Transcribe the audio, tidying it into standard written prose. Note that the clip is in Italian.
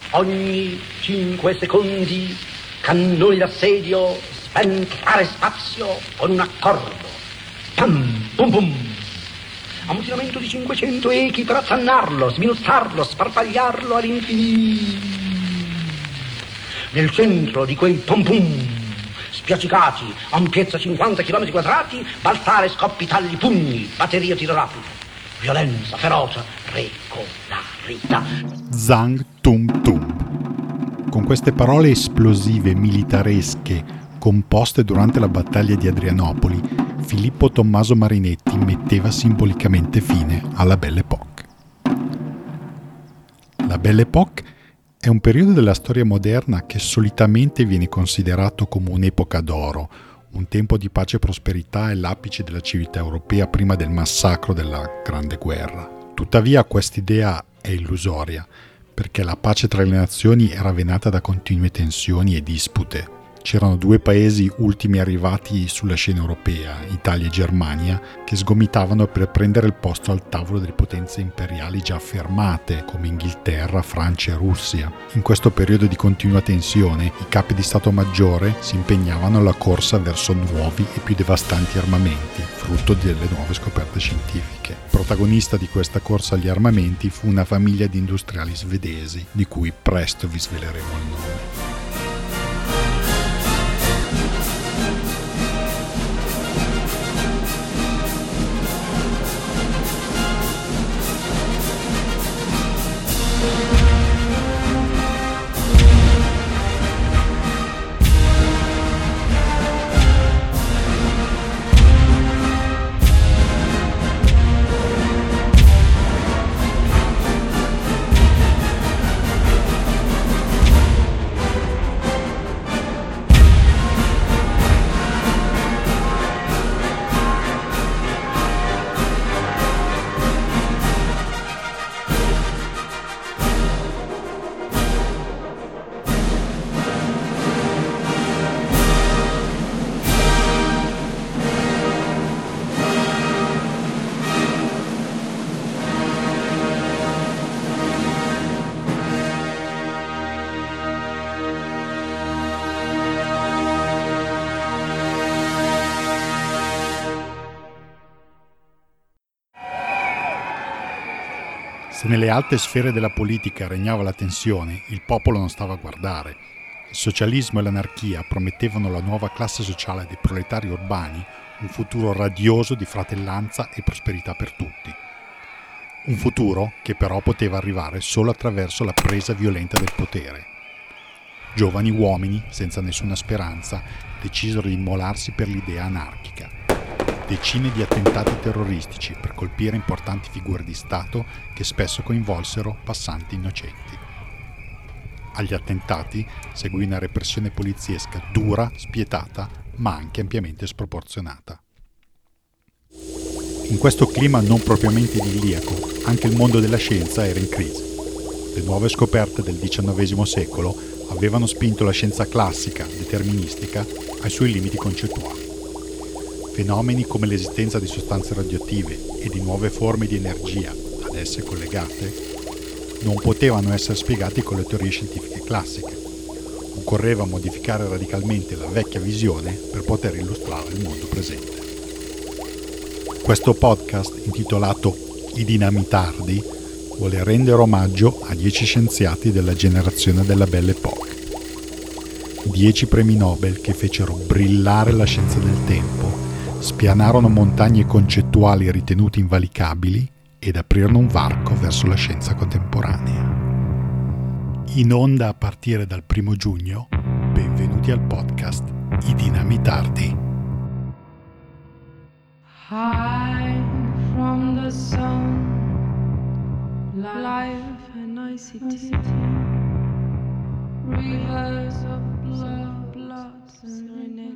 Ogni 5 secondi cannoni d'assedio, sventrare spazio con un accordo. Pam, pum pum. Ammutinamento di 500 echi per affannarlo, sminuzzarlo, sparpagliarlo all'infinito. Nel centro di quei pom pum, spiaccicati, ampiezza 50 km quadrati, balzare, scoppi, tagli, pugni, batteria, tiro rapido, violenza, ferocia, regolarità. Zang Tum Tum. Con queste parole esplosive militaresche composte durante la battaglia di Adrianopoli, Filippo Tommaso Marinetti metteva simbolicamente fine alla Belle Époque. La Belle Époque è un periodo della storia moderna che solitamente viene considerato come un'epoca d'oro, un tempo di pace e prosperità e l'apice della civiltà europea prima del massacro della Grande Guerra. Tuttavia quest'idea è illusoria, perché la pace tra le nazioni era venata da continue tensioni e dispute. C'erano due paesi ultimi arrivati sulla scena europea, Italia e Germania, che sgomitavano per prendere il posto al tavolo delle potenze imperiali già affermate, come Inghilterra, Francia e Russia. In questo periodo di continua tensione, i capi di Stato Maggiore si impegnavano alla corsa verso nuovi e più devastanti armamenti, frutto delle nuove scoperte scientifiche. Protagonista di questa corsa agli armamenti fu una famiglia di industriali svedesi, di cui presto vi sveleremo il nome. Se nelle alte sfere della politica regnava la tensione, il popolo non stava a guardare. Il socialismo e l'anarchia promettevano alla nuova classe sociale dei proletari urbani un futuro radioso di fratellanza e prosperità per tutti. Un futuro che però poteva arrivare solo attraverso la presa violenta del potere. Giovani uomini, senza nessuna speranza, decisero di immolarsi per l'idea anarchica. Decine di attentati terroristici per colpire importanti figure di Stato che spesso coinvolsero passanti innocenti. Agli attentati seguì una repressione poliziesca dura, spietata, ma anche ampiamente sproporzionata. In questo clima non propriamente idilliaco, anche il mondo della scienza era in crisi. Le nuove scoperte del XIX secolo avevano spinto la scienza classica, deterministica, ai suoi limiti concettuali. Fenomeni come l'esistenza di sostanze radioattive e di nuove forme di energia ad esse collegate non potevano essere spiegati con le teorie scientifiche classiche. Occorreva modificare radicalmente la vecchia visione per poter illustrare il mondo presente. Questo podcast, intitolato I Dinamitardi, vuole rendere omaggio a 10 scienziati della generazione della Belle Époque. 10 premi Nobel che fecero brillare la scienza del tempo, spianarono montagne concettuali ritenute invalicabili ed aprirono un varco verso la scienza contemporanea. In onda a partire dal 1 giugno, benvenuti al podcast I Dinamitardi. Hide from the sun, life and nicety, rivers of blood, bloods and